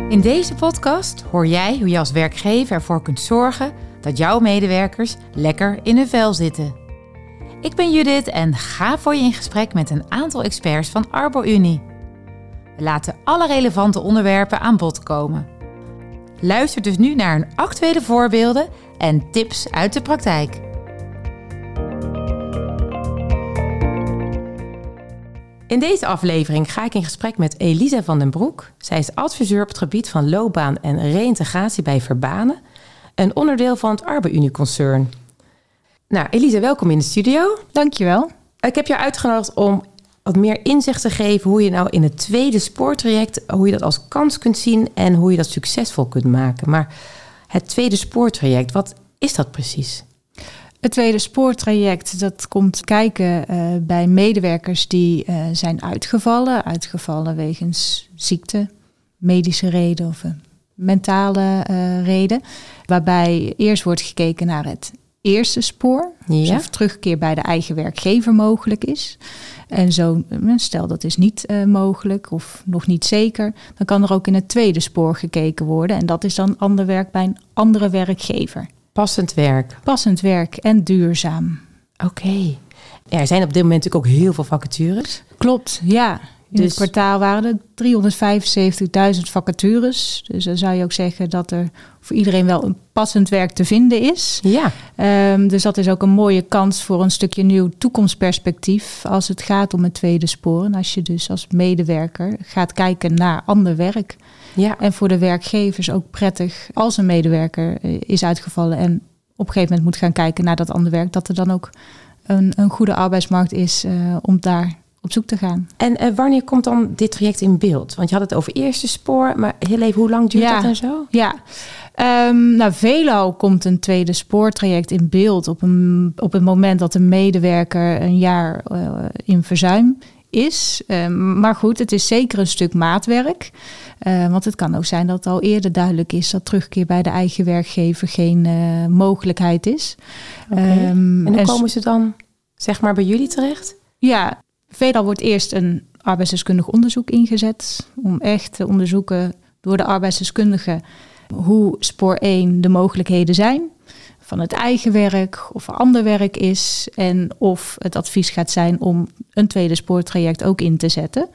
In deze podcast hoor jij hoe je als werkgever ervoor kunt zorgen dat jouw medewerkers lekker in hun vel zitten. Ik ben Judith en ga voor je in gesprek met een aantal experts van Arbo-Unie. We laten alle relevante onderwerpen aan bod komen. Luister dus nu naar een actuele voorbeelden en tips uit de praktijk. In deze aflevering ga ik in gesprek met Elisa van den Broek. Zij is adviseur op het gebied van loopbaan en reïntegratie bij Verbanen, een onderdeel van het Arbo-Unie-concern. Nou, Elisa, welkom in de studio. Dankjewel. Ik heb jou uitgenodigd om wat meer inzicht te geven hoe je nou in het tweede spoortraject, hoe je dat als kans kunt zien en hoe je dat succesvol kunt maken. Maar het tweede spoortraject, wat is dat precies? Het tweede spoortraject, dat komt kijken bij medewerkers die zijn uitgevallen wegens ziekte, medische reden of een mentale reden. Waarbij eerst wordt gekeken naar het eerste spoor, dus of terugkeer bij de eigen werkgever mogelijk is. En zo, stel dat is niet mogelijk of nog niet zeker, dan kan er ook in het tweede spoor gekeken worden. En dat is dan ander werk bij een andere werkgever. Passend werk en duurzaam. Oké. Ja, er zijn op dit moment natuurlijk ook heel veel vacatures. Klopt, ja. In het kwartaal waren er 375.000 vacatures. Dus dan zou je ook zeggen dat er voor iedereen wel een passend werk te vinden is. Ja. Dus dat is ook een mooie kans voor een stukje nieuw toekomstperspectief als het gaat om het tweede spoor. En als je dus als medewerker gaat kijken naar ander werk. Ja. En voor de werkgevers ook prettig als een medewerker is uitgevallen en op een gegeven moment moet gaan kijken naar dat ander werk, dat er dan ook een goede arbeidsmarkt is om daar op zoek te gaan. En wanneer komt dan dit traject in beeld? Want je had het over eerste spoor, maar heel even, hoe lang duurt dat en zo? Ja, veelal komt een tweede spoortraject in beeld op het moment dat een medewerker een jaar in verzuim is. Maar goed, het is zeker een stuk maatwerk. Want het kan ook zijn dat het al eerder duidelijk is dat terugkeer bij de eigen werkgever geen mogelijkheid is. Okay. En hoe komen ze dan zeg maar bij jullie terecht? Ja, veelal wordt eerst een arbeidsdeskundig onderzoek ingezet om echt te onderzoeken door de arbeidsdeskundige hoe spoor 1 de mogelijkheden zijn van het eigen werk of er ander werk is en of het advies gaat zijn om een tweede spoortraject ook in te zetten.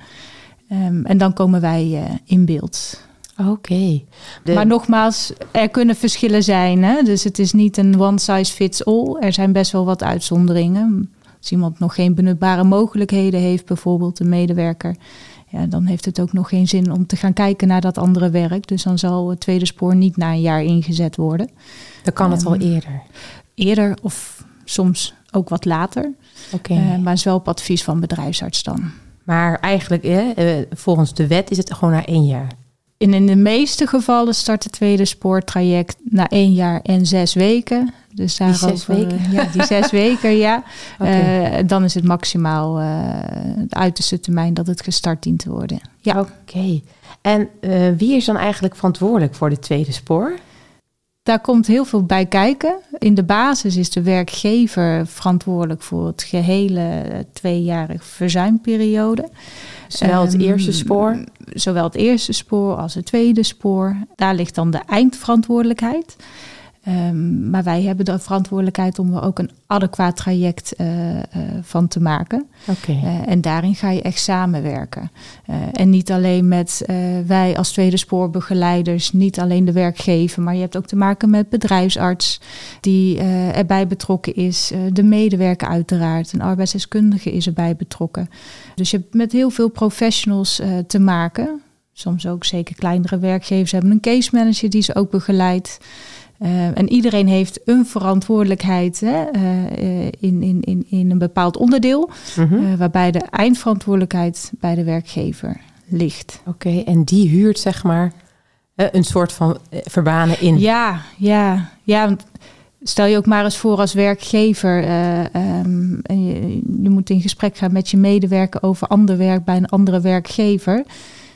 En dan komen wij in beeld. Oké. Maar nogmaals, er kunnen verschillen zijn. Hè? Dus het is niet een one size fits all. Er zijn best wel wat uitzonderingen. Als iemand nog geen benutbare mogelijkheden heeft, bijvoorbeeld een medewerker, ja, dan heeft het ook nog geen zin om te gaan kijken naar dat andere werk. Dus dan zal het tweede spoor niet na een jaar ingezet worden. Dan kan het al eerder. Eerder of soms ook wat later. Okay. Maar is wel op advies van bedrijfsarts dan. Maar eigenlijk, volgens de wet is het gewoon na 1 jaar. In de meeste gevallen start het tweede spoortraject na 1 jaar en 6 weken. Dus die 6 weken? Die 6 weken, ja. Okay. Dan is het maximaal de uiterste termijn dat het gestart dient te worden. Ja. Oké. En wie is dan eigenlijk verantwoordelijk voor dit tweede spoor? Daar komt heel veel bij kijken. In de basis is de werkgever verantwoordelijk voor het gehele 2-jarige verzuimperiode. Zowel het eerste spoor? Zowel het eerste spoor als het tweede spoor. Daar ligt dan de eindverantwoordelijkheid. Maar wij hebben de verantwoordelijkheid om er ook een adequaat traject van te maken. Okay. En daarin ga je echt samenwerken. En niet alleen met wij als tweede spoorbegeleiders, niet alleen de werkgever, maar je hebt ook te maken met bedrijfsarts die erbij betrokken is. De medewerker uiteraard, een arbeidsdeskundige is erbij betrokken. Dus je hebt met heel veel professionals te maken. Soms ook zeker kleinere werkgevers hebben een case manager die ze ook begeleidt. En iedereen heeft een verantwoordelijkheid in een bepaald onderdeel, waarbij de eindverantwoordelijkheid bij de werkgever ligt. Oké, en die huurt zeg maar een soort van Verbanen in. Ja, want stel je ook maar eens voor als werkgever en je moet in gesprek gaan met je medewerker over ander werk bij een andere werkgever.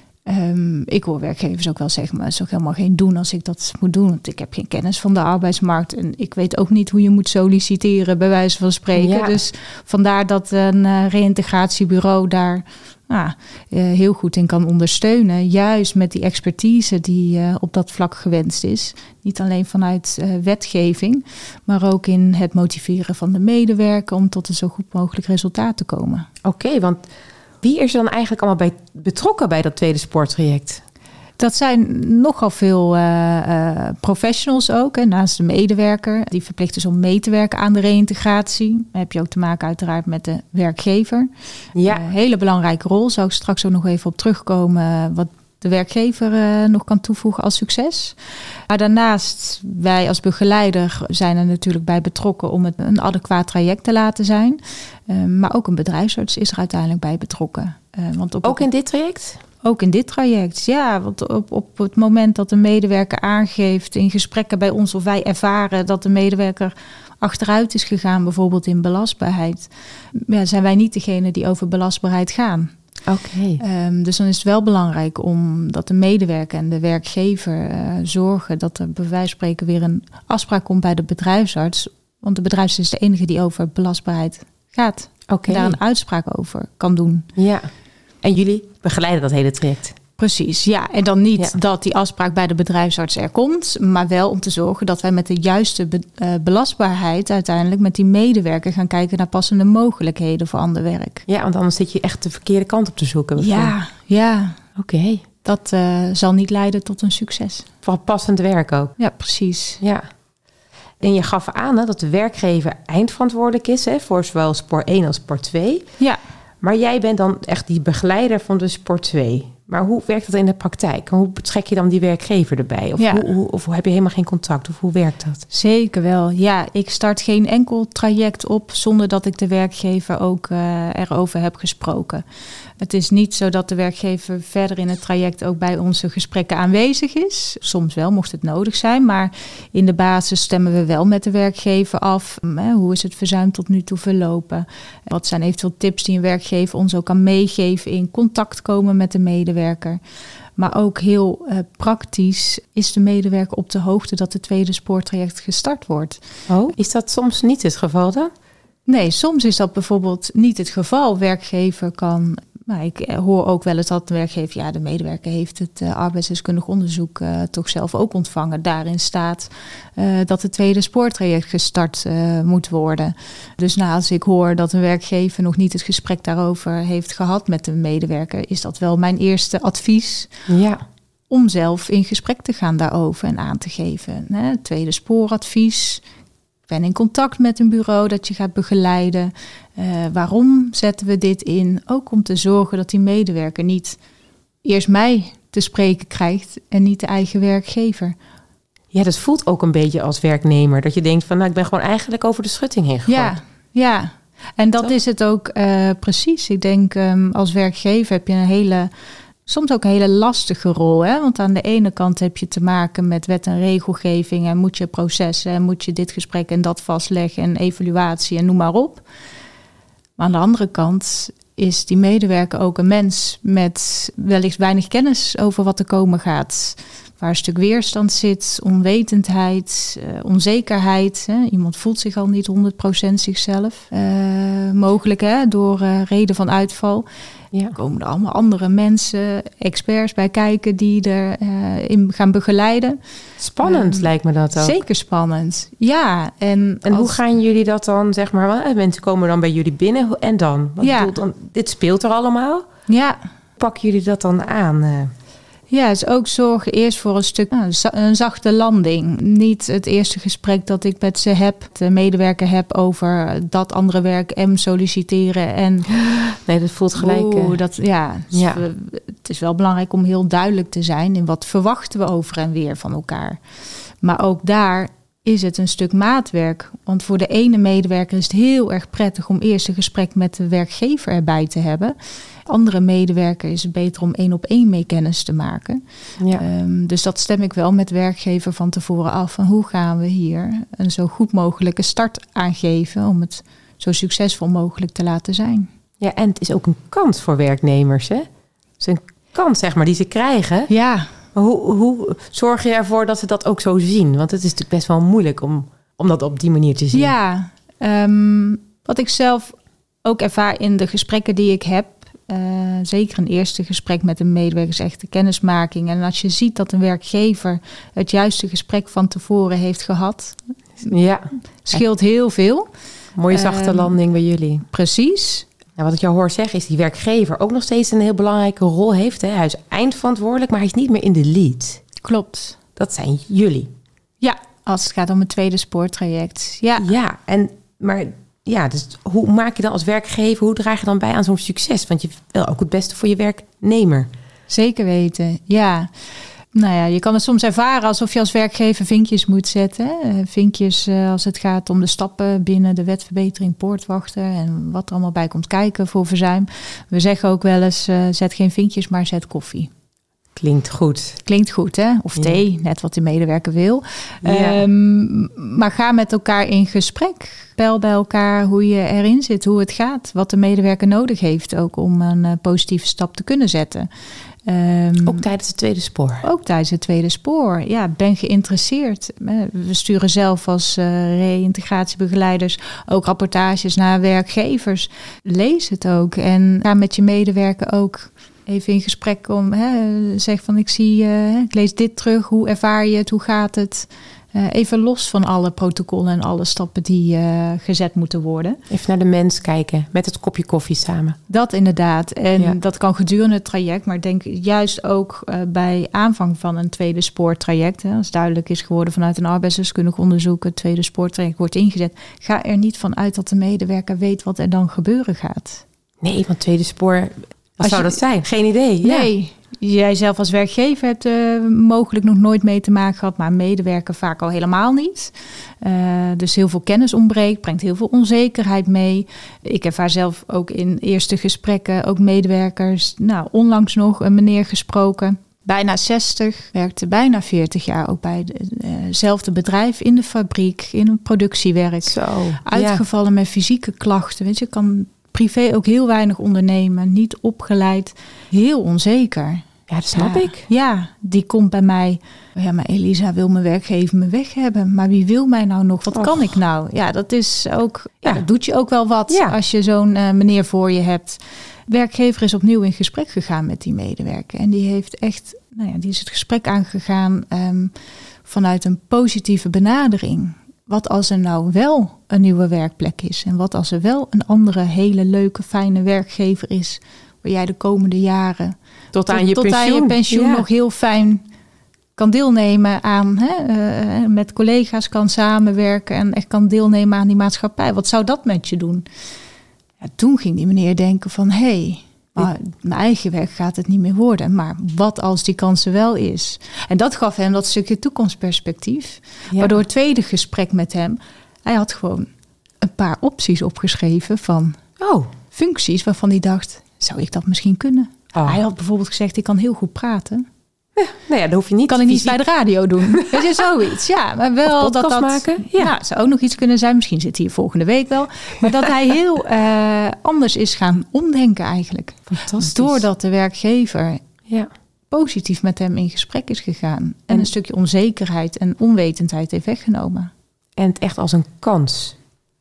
Ik hoor werkgevers ook wel zeggen, maar het is ook helemaal geen doen als ik dat moet doen. Want ik heb geen kennis van de arbeidsmarkt en ik weet ook niet hoe je moet solliciteren, bij wijze van spreken. Ja. Dus vandaar dat een reïntegratiebureau daar heel goed in kan ondersteunen. Juist met die expertise die op dat vlak gewenst is. Niet alleen vanuit wetgeving, maar ook in het motiveren van de medewerker om tot een zo goed mogelijk resultaat te komen. Oké, want wie is er dan eigenlijk allemaal betrokken bij dat tweede spoortraject? Dat zijn nogal veel professionals ook. Hè, naast de medewerker die verplicht is om mee te werken aan de reïntegratie. Dan heb je ook te maken uiteraard met de werkgever. Ja. Een hele belangrijke rol. Zou ik straks ook nog even op terugkomen wat de werkgever nog kan toevoegen als succes. Maar daarnaast, wij als begeleider zijn er natuurlijk bij betrokken om het een adequaat traject te laten zijn. Maar ook een bedrijfsarts is er uiteindelijk bij betrokken. Ook in dit traject? Ook in dit traject, ja. Want op het moment dat de medewerker aangeeft in gesprekken bij ons of wij ervaren dat de medewerker achteruit is gegaan, bijvoorbeeld in belastbaarheid, zijn wij niet degene die over belastbaarheid gaan. Oké. Dus dan is het wel belangrijk dat de medewerker en de werkgever zorgen dat er bij wijze van spreken weer een afspraak komt bij de bedrijfsarts. Want de bedrijfsarts is de enige die over belastbaarheid gaat. Oké. En daar een uitspraak over kan doen. Ja. En jullie begeleiden dat hele traject? Precies, ja. En dan niet dat die afspraak bij de bedrijfsarts er komt, maar wel om te zorgen dat wij met de juiste belastbaarheid uiteindelijk met die medewerker gaan kijken naar passende mogelijkheden voor ander werk. Ja, want anders zit je echt de verkeerde kant op te zoeken. Ja. Oké. Dat zal niet leiden tot een succes. Voor passend werk ook. Ja, precies. Ja. En je gaf aan dat de werkgever eindverantwoordelijk is voor zowel spoor 1 als spoor 2. Ja. Maar jij bent dan echt die begeleider van de spoor 2. Maar hoe werkt dat in de praktijk? Hoe betrek je dan die werkgever erbij? Of heb je helemaal geen contact? Of hoe werkt dat? Zeker wel. Ja, ik start geen enkel traject op zonder dat ik de werkgever ook erover heb gesproken. Het is niet zo dat de werkgever verder in het traject ook bij onze gesprekken aanwezig is. Soms wel, mocht het nodig zijn. Maar in de basis stemmen we wel met de werkgever af. Hoe is het verzuim tot nu toe verlopen? Wat zijn eventueel tips die een werkgever ons ook kan meegeven in contact komen met de medewerker? Maar ook heel praktisch is de medewerker op de hoogte dat het tweede spoortraject gestart wordt. Oh, is dat soms niet het geval dan? Nee, soms is dat bijvoorbeeld niet het geval. Werkgever kan... Maar ik hoor ook wel eens dat de werkgever, de medewerker heeft het arbeidsdeskundig onderzoek toch zelf ook ontvangen. Daarin staat dat het tweede spoortraject gestart moet worden. Dus als ik hoor dat een werkgever nog niet het gesprek daarover heeft gehad met de medewerker, is dat wel mijn eerste advies. Ja. Om zelf in gesprek te gaan daarover en aan te geven. Het tweede spooradvies. Ik ben in contact met een bureau dat je gaat begeleiden. Waarom zetten we dit in? Ook om te zorgen dat die medewerker niet eerst mij te spreken krijgt en niet de eigen werkgever. Ja, dat voelt ook een beetje als werknemer. Dat je denkt van, ik ben gewoon eigenlijk over de schutting heen gegooid. Ja. En dat is het ook precies. Ik denk als werkgever heb je soms ook een hele lastige rol. Hè? Want aan de ene kant heb je te maken met wet en regelgeving en moet je processen en moet je dit gesprek en dat vastleggen en evaluatie en noem maar op. Maar aan de andere kant is die medewerker ook een mens met wellicht weinig kennis over wat er komen gaat. Waar een stuk weerstand zit, onwetendheid, onzekerheid. Hè? Iemand voelt zich al niet 100% zichzelf. Mogelijk door reden van uitval. Ja. Er komen er allemaal andere mensen, experts bij kijken die erin gaan begeleiden. Spannend lijkt me dat ook. Zeker spannend, ja. En hoe gaan jullie dat dan, zeg maar, mensen komen dan bij jullie binnen en dan? Dit speelt er allemaal. Ja. Hoe pakken jullie dat dan aan? Ja, dus ook zorgen eerst voor een stuk een zachte landing. Niet het eerste gesprek dat ik met ze heb, de medewerker heb over dat andere werk M solliciteren. En nee, dat voelt gelijk. Het is wel belangrijk om heel duidelijk te zijn in wat verwachten we over en weer van elkaar. Maar ook daar is het een stuk maatwerk. Want voor de ene medewerker is het heel erg prettig om eerst een gesprek met de werkgever erbij te hebben. Andere medewerker is het beter om 1-op-1 mee kennis te maken. Ja. Dus dat stem ik wel met werkgever van tevoren af. Van hoe gaan we hier een zo goed mogelijke start aangeven om het zo succesvol mogelijk te laten zijn. Ja, en het is ook een kans voor werknemers, hè? Het is een kans, zeg maar, die ze krijgen. Ja. Maar hoe zorg je ervoor dat ze dat ook zo zien? Want het is natuurlijk best wel moeilijk om dat op die manier te zien. Ja, wat ik zelf ook ervaar in de gesprekken die ik heb, Zeker een eerste gesprek met een medewerker is echt de kennismaking. En als je ziet dat een werkgever het juiste gesprek van tevoren heeft gehad, scheelt heel veel. Mooie zachte landing bij jullie. Precies. Nou, wat ik jou hoor zeggen is die werkgever ook nog steeds een heel belangrijke rol heeft. Hè? Hij is eindverantwoordelijk, maar hij is niet meer in de lead. Klopt. Dat zijn jullie. Ja, als het gaat om het tweede spoortraject. Dus hoe maak je dan als werkgever, hoe draag je dan bij aan zo'n succes? Want je wil ook het beste voor je werknemer. Zeker weten, ja. Nou ja, je kan het soms ervaren alsof je als werkgever vinkjes moet zetten. Vinkjes als het gaat om de stappen binnen de wetverbetering poortwachter en wat er allemaal bij komt kijken voor verzuim. We zeggen ook wel eens, zet geen vinkjes, maar zet koffie. Klinkt goed. Klinkt goed, hè? Of thee, net wat de medewerker wil. Ja. Maar ga met elkaar in gesprek. Peil bij elkaar hoe je erin zit, hoe het gaat. Wat de medewerker nodig heeft ook om een positieve stap te kunnen zetten. Ook tijdens het tweede spoor? Ook tijdens het tweede spoor. Ja, ben geïnteresseerd. We sturen zelf als reïntegratiebegeleiders ook rapportages naar werkgevers. Lees het ook en ga met je medewerker ook even in gesprek om. Zeg van ik lees dit terug. Hoe ervaar je het? Hoe gaat het? Even los van alle protocollen en alle stappen die gezet moeten worden. Even naar de mens kijken, met het kopje koffie samen. Dat inderdaad. En dat kan gedurende het traject. Maar ik denk juist ook bij aanvang van een tweede spoortraject. Als duidelijk is geworden vanuit een arbeidsdeskundig onderzoek, het tweede spoortraject wordt ingezet. Ga er niet van uit dat de medewerker weet wat er dan gebeuren gaat. Nee, want tweede spoor, wat zou dat zijn? Geen idee. Nee. Jij zelf als werkgever hebt mogelijk nog nooit mee te maken gehad, maar medewerker vaak al helemaal niet. Dus heel veel kennis ontbreekt, brengt heel veel onzekerheid mee. Ik ervaar zelf ook in eerste gesprekken, ook medewerkers. Nou, onlangs nog een meneer gesproken, bijna 60, werkte bijna 40 jaar ook bij hetzelfde bedrijf in de fabriek, in een productiewerk. Zo, uitgevallen met fysieke klachten. Weet je, kan privé ook heel weinig ondernemen, niet opgeleid, heel onzeker. Ja, dat snap ik. Ja, die komt bij mij. Ja, maar Elisa wil mijn werkgever me weg hebben. Maar wie wil mij nou nog? Wat kan ik nou? Ja, dat is ook. Ja, dat doet je ook wel wat als je zo'n meneer voor je hebt. Werkgever is opnieuw in gesprek gegaan met die medewerker. En die heeft echt, die is het gesprek aangegaan vanuit een positieve benadering. Wat als er nou wel een nieuwe werkplek is? En wat als er wel een andere hele leuke, fijne werkgever is, waar jij de komende jaren tot aan je pensioen nog heel fijn kan deelnemen aan, met collega's kan samenwerken en echt kan deelnemen aan die maatschappij. Wat zou dat met je doen? Ja, toen ging die meneer denken van, maar mijn eigen werk gaat het niet meer worden. Maar wat als die kans er wel is? En dat gaf hem dat stukje toekomstperspectief. Ja. Waardoor het tweede gesprek met hem, hij had gewoon een paar opties opgeschreven van functies waarvan hij dacht, zou ik dat misschien kunnen? Hij had bijvoorbeeld gezegd, ik kan heel goed praten. Ja, dat hoef je niet. Kan ik niet bij de radio doen. Weet je, zoiets. Ja, maar wel dat maken. Ja, zou ook nog iets kunnen zijn. Misschien zit hij hier volgende week wel. Maar dat hij heel anders is gaan omdenken eigenlijk. Fantastisch. Doordat de werkgever positief met hem in gesprek is gegaan. En een stukje onzekerheid en onwetendheid heeft weggenomen. En het echt als een kans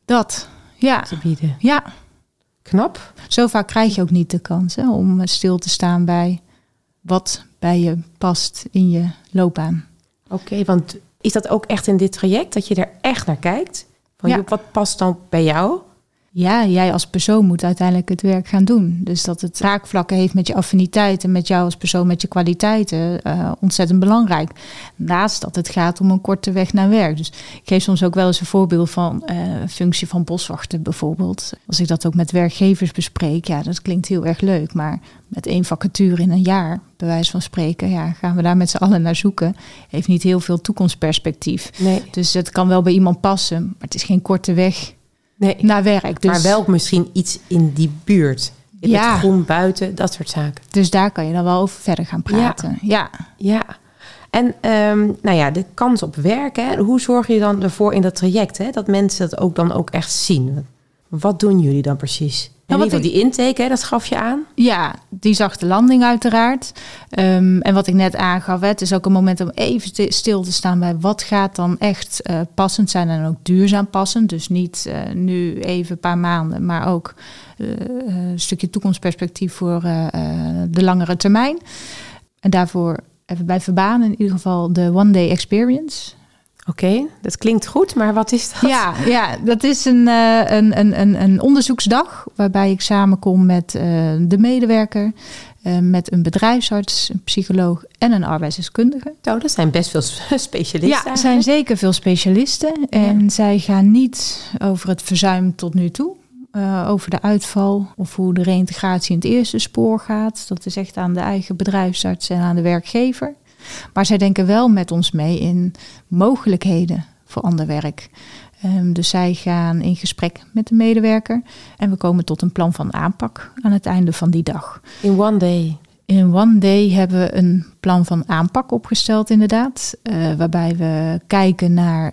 te bieden. Ja. Knap. Zo vaak krijg je ook niet de kans om stil te staan bij wat bij je past in je loopbaan. Oké, want is dat ook echt in dit traject dat je er echt naar kijkt? Van wat past dan bij jou? Ja, jij als persoon moet uiteindelijk het werk gaan doen. Dus dat het raakvlakken heeft met je affiniteiten, met jou als persoon, met je kwaliteiten, ontzettend belangrijk. Naast dat het gaat om een korte weg naar werk. Dus ik geef soms ook wel eens een voorbeeld van functie van boswachter bijvoorbeeld. Als ik dat ook met werkgevers bespreek, dat klinkt heel erg leuk. Maar met 1 vacature in een jaar, bij wijze van spreken, gaan we daar met z'n allen naar zoeken. Heeft niet heel veel toekomstperspectief. Nee. Dus het kan wel bij iemand passen, maar het is geen korte weg. Naar werk. Dus, maar wel misschien iets in die buurt. Met groen buiten, dat soort zaken. Dus daar kan je dan wel over verder gaan praten. Ja. En de kans op werk. Hè? Hoe zorg je dan ervoor in dat traject? Hè? Dat mensen dat ook dan ook echt zien? Wat doen jullie dan precies? Die intake, hè, dat gaf je aan? Ja, die zachte landing uiteraard. En wat ik net aangaf, het is ook een moment om even stil te staan bij wat gaat dan echt passend zijn en ook duurzaam passend. Dus niet nu even een paar maanden, maar ook een stukje toekomstperspectief voor de langere termijn. En daarvoor even bij verbanen in ieder geval de One Day Experience. Oké, dat klinkt goed, maar wat is dat? Ja, dat is een onderzoeksdag waarbij ik samenkom met de medewerker, met een bedrijfsarts, een psycholoog en een arbeidsdeskundige. Oh, dat zijn best veel specialisten. Ja, er zijn zeker veel specialisten. En zij gaan niet over het verzuim tot nu toe, over de uitval of hoe de reïntegratie in het eerste spoor gaat. Dat is echt aan de eigen bedrijfsarts en aan de werkgever. Maar zij denken wel met ons mee in mogelijkheden voor ander werk. Dus zij gaan in gesprek met de medewerker. En we komen tot een plan van aanpak aan het einde van die dag. In One Day? In One Day hebben we een plan van aanpak opgesteld inderdaad. Waarbij we kijken naar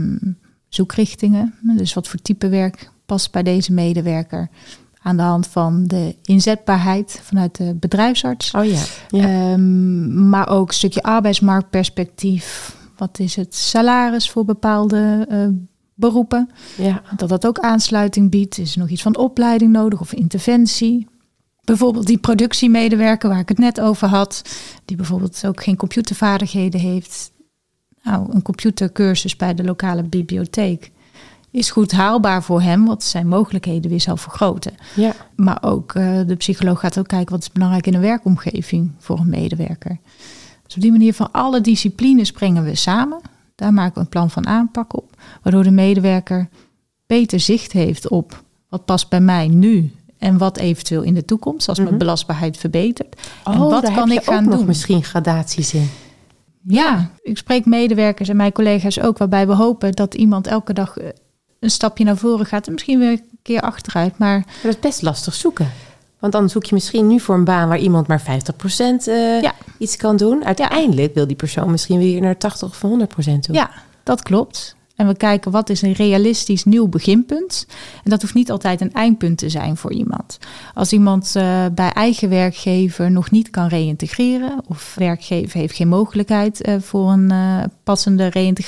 zoekrichtingen. Dus wat voor type werk past bij deze medewerker. Aan de hand van de inzetbaarheid vanuit de bedrijfsarts. Oh ja. Maar ook een stukje arbeidsmarktperspectief. Wat is het salaris voor bepaalde beroepen? Ja. Dat ook aansluiting biedt. Is er nog iets van opleiding nodig of interventie? Bijvoorbeeld die productiemedewerker waar ik het net over had. Die bijvoorbeeld ook geen computervaardigheden heeft. Nou, een computercursus bij de lokale bibliotheek is goed haalbaar voor hem, wat zijn mogelijkheden weer zal vergroten. Ja. Maar ook de psycholoog gaat ook kijken wat is belangrijk in een werkomgeving voor een medewerker. Dus op die manier van alle disciplines brengen we samen. Daar maken we een plan van aanpak op. Waardoor de medewerker beter zicht heeft op wat past bij mij nu en wat eventueel in de toekomst als mijn belastbaarheid verbetert. En wat kan ik gaan doen? Nog misschien gradaties in. Ja, ik spreek medewerkers en mijn collega's ook, waarbij we hopen dat iemand elke dag een stapje naar voren gaat en misschien weer een keer achteruit. Maar dat is best lastig zoeken. Want dan zoek je misschien nu voor een baan waar iemand maar 50% iets kan doen. Uiteindelijk wil die persoon misschien weer naar 80 of 100% toe. Ja, dat klopt. En we kijken wat is een realistisch nieuw beginpunt. En dat hoeft niet altijd een eindpunt te zijn voor iemand. Als iemand bij eigen werkgever nog niet kan reïntegreren, of werkgever heeft geen mogelijkheid voor een passende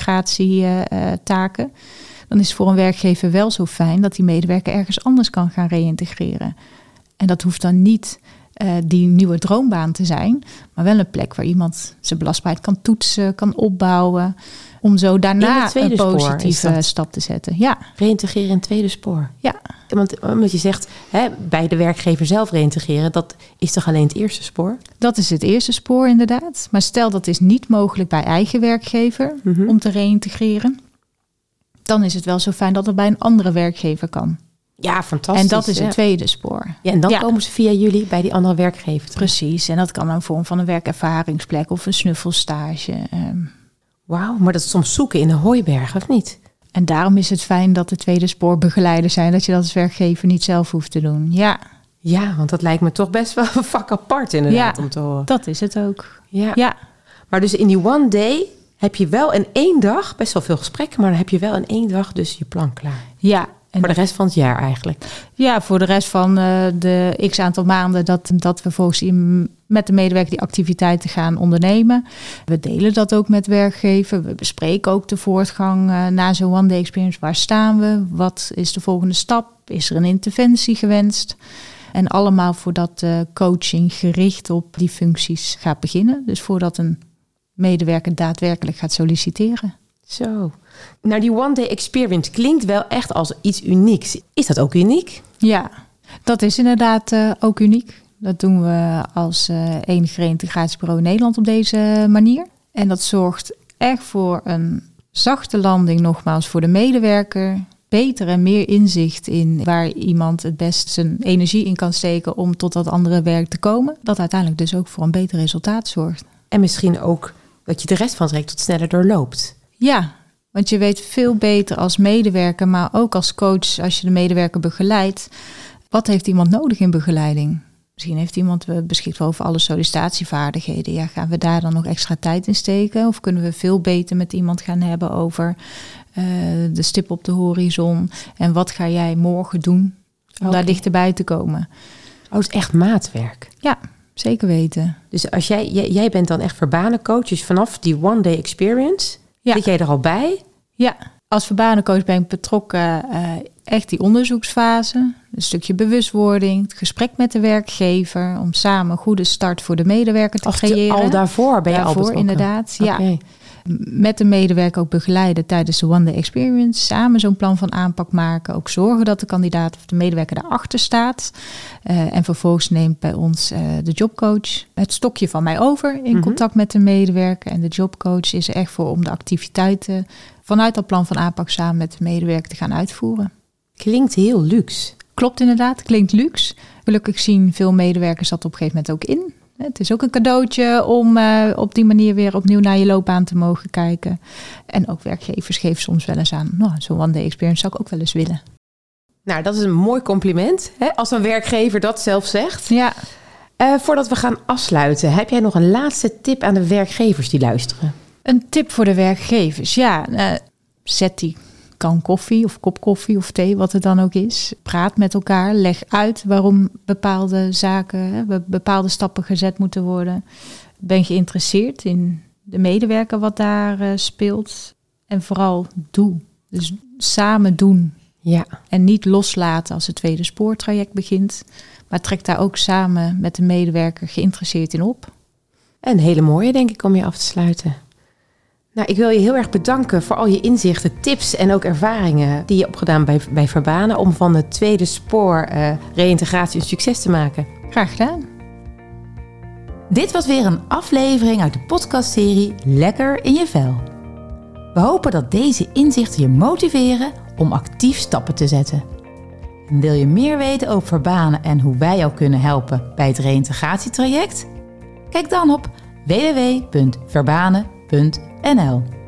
reïntegratietaken, dan is het voor een werkgever wel zo fijn dat die medewerker ergens anders kan gaan reïntegreren. En dat hoeft dan niet die nieuwe droombaan te zijn, maar wel een plek waar iemand zijn belastbaarheid kan toetsen, kan opbouwen, om zo daarna een positieve stap te zetten. Ja. Reïntegreren in het tweede spoor. Ja. Want omdat je zegt, bij de werkgever zelf reïntegreren, dat is toch alleen het eerste spoor? Dat is het eerste spoor inderdaad. Maar stel dat is niet mogelijk bij eigen werkgever om te reïntegreren, dan is het wel zo fijn dat het bij een andere werkgever kan. Ja, fantastisch. En dat is het tweede spoor. Ja, en dan komen ze via jullie bij die andere werkgever. Precies, en dat kan een vorm van een werkervaringsplek of een snuffelstage. Wauw, maar dat is soms zoeken in een hooiberg, of niet? En daarom is het fijn dat de tweede spoorbegeleider zijn, dat je dat als werkgever niet zelf hoeft te doen. Ja. Ja, want dat lijkt me toch best wel een vak apart inderdaad om te horen. Dat is het ook. Ja. Maar dus in die One Day heb je wel in 1 dag, best wel veel gesprekken, maar dan heb je wel in 1 dag dus je plan klaar. Ja. En voor de rest van het jaar eigenlijk? Ja, voor de rest van de x aantal maanden dat we volgens met de medewerker die activiteiten gaan ondernemen. We delen dat ook met werkgever. We bespreken ook de voortgang na zo'n One Day Experience. Waar staan we? Wat is de volgende stap? Is er een interventie gewenst? En allemaal voordat de coaching gericht op die functies gaat beginnen. Dus voordat een medewerker daadwerkelijk gaat solliciteren. Zo. Nou, die One Day Experience klinkt wel echt als iets unieks. Is dat ook uniek? Ja, dat is inderdaad ook uniek. Dat doen we als enige reïntegratiebureau in Nederland op deze manier. En dat zorgt echt voor een zachte landing, nogmaals, voor de medewerker. Beter en meer inzicht in waar iemand het best zijn energie in kan steken om tot dat andere werk te komen. Dat uiteindelijk dus ook voor een beter resultaat zorgt. En misschien ook dat je de rest van het traject tot sneller doorloopt. Ja, want je weet veel beter als medewerker, maar ook als coach als je de medewerker begeleidt. Wat heeft iemand nodig in begeleiding? Misschien heeft iemand beschikt over alle sollicitatievaardigheden. Ja, gaan we daar dan nog extra tijd in steken? Of kunnen we veel beter met iemand gaan hebben over de stip op de horizon? En wat ga jij morgen doen om daar dichterbij te komen? Oh, het is echt maatwerk. Ja, zeker weten. Dus als jij bent dan echt verbanencoach, dus vanaf die one day experience, zit jij er al bij? Ja, als verbanencoach ben ik betrokken echt die onderzoeksfase. Een stukje bewustwording, het gesprek met de werkgever, om samen een goede start voor de medewerker te creëren. Al daarvoor ben je al betrokken? Inderdaad, ja. Met de medewerker ook begeleiden tijdens de one day experience. Samen zo'n plan van aanpak maken. Ook zorgen dat de kandidaat of de medewerker daarachter staat. En vervolgens neemt bij ons de jobcoach het stokje van mij over in contact met de medewerker. En de jobcoach is er echt voor om de activiteiten vanuit dat plan van aanpak samen met de medewerker te gaan uitvoeren. Klinkt heel luxe. Klopt inderdaad, klinkt luxe. Gelukkig zien veel medewerkers dat op een gegeven moment ook in. Het is ook een cadeautje om op die manier weer opnieuw naar je loopbaan te mogen kijken. En ook werkgevers geven soms wel eens aan, zo'n one day experience zou ik ook wel eens willen. Nou, dat is een mooi compliment, hè? Als een werkgever dat zelf zegt. Ja. Voordat we gaan afsluiten, heb jij nog een laatste tip aan de werkgevers die luisteren? Een tip voor de werkgevers, ja. Zet die kan koffie of kop koffie of thee, wat het dan ook is. Praat met elkaar, leg uit waarom bepaalde zaken, bepaalde stappen gezet moeten worden. Ben geïnteresseerd in de medewerker wat daar speelt. En vooral doe. Dus samen doen. Ja. En niet loslaten als het tweede spoortraject begint. Maar trek daar ook samen met de medewerker geïnteresseerd in op. Een hele mooie, denk ik, om je af te sluiten. Nou, ik wil je heel erg bedanken voor al je inzichten, tips en ook ervaringen die je opgedaan bij Verbanen om van het tweede spoor reïntegratie een succes te maken. Graag gedaan. Dit was weer een aflevering uit de podcastserie Lekker in je vel. We hopen dat deze inzichten je motiveren om actief stappen te zetten. En wil je meer weten over Verbanen en hoe wij jou kunnen helpen bij het reïntegratietraject? Kijk dan op www.verbanen.nl.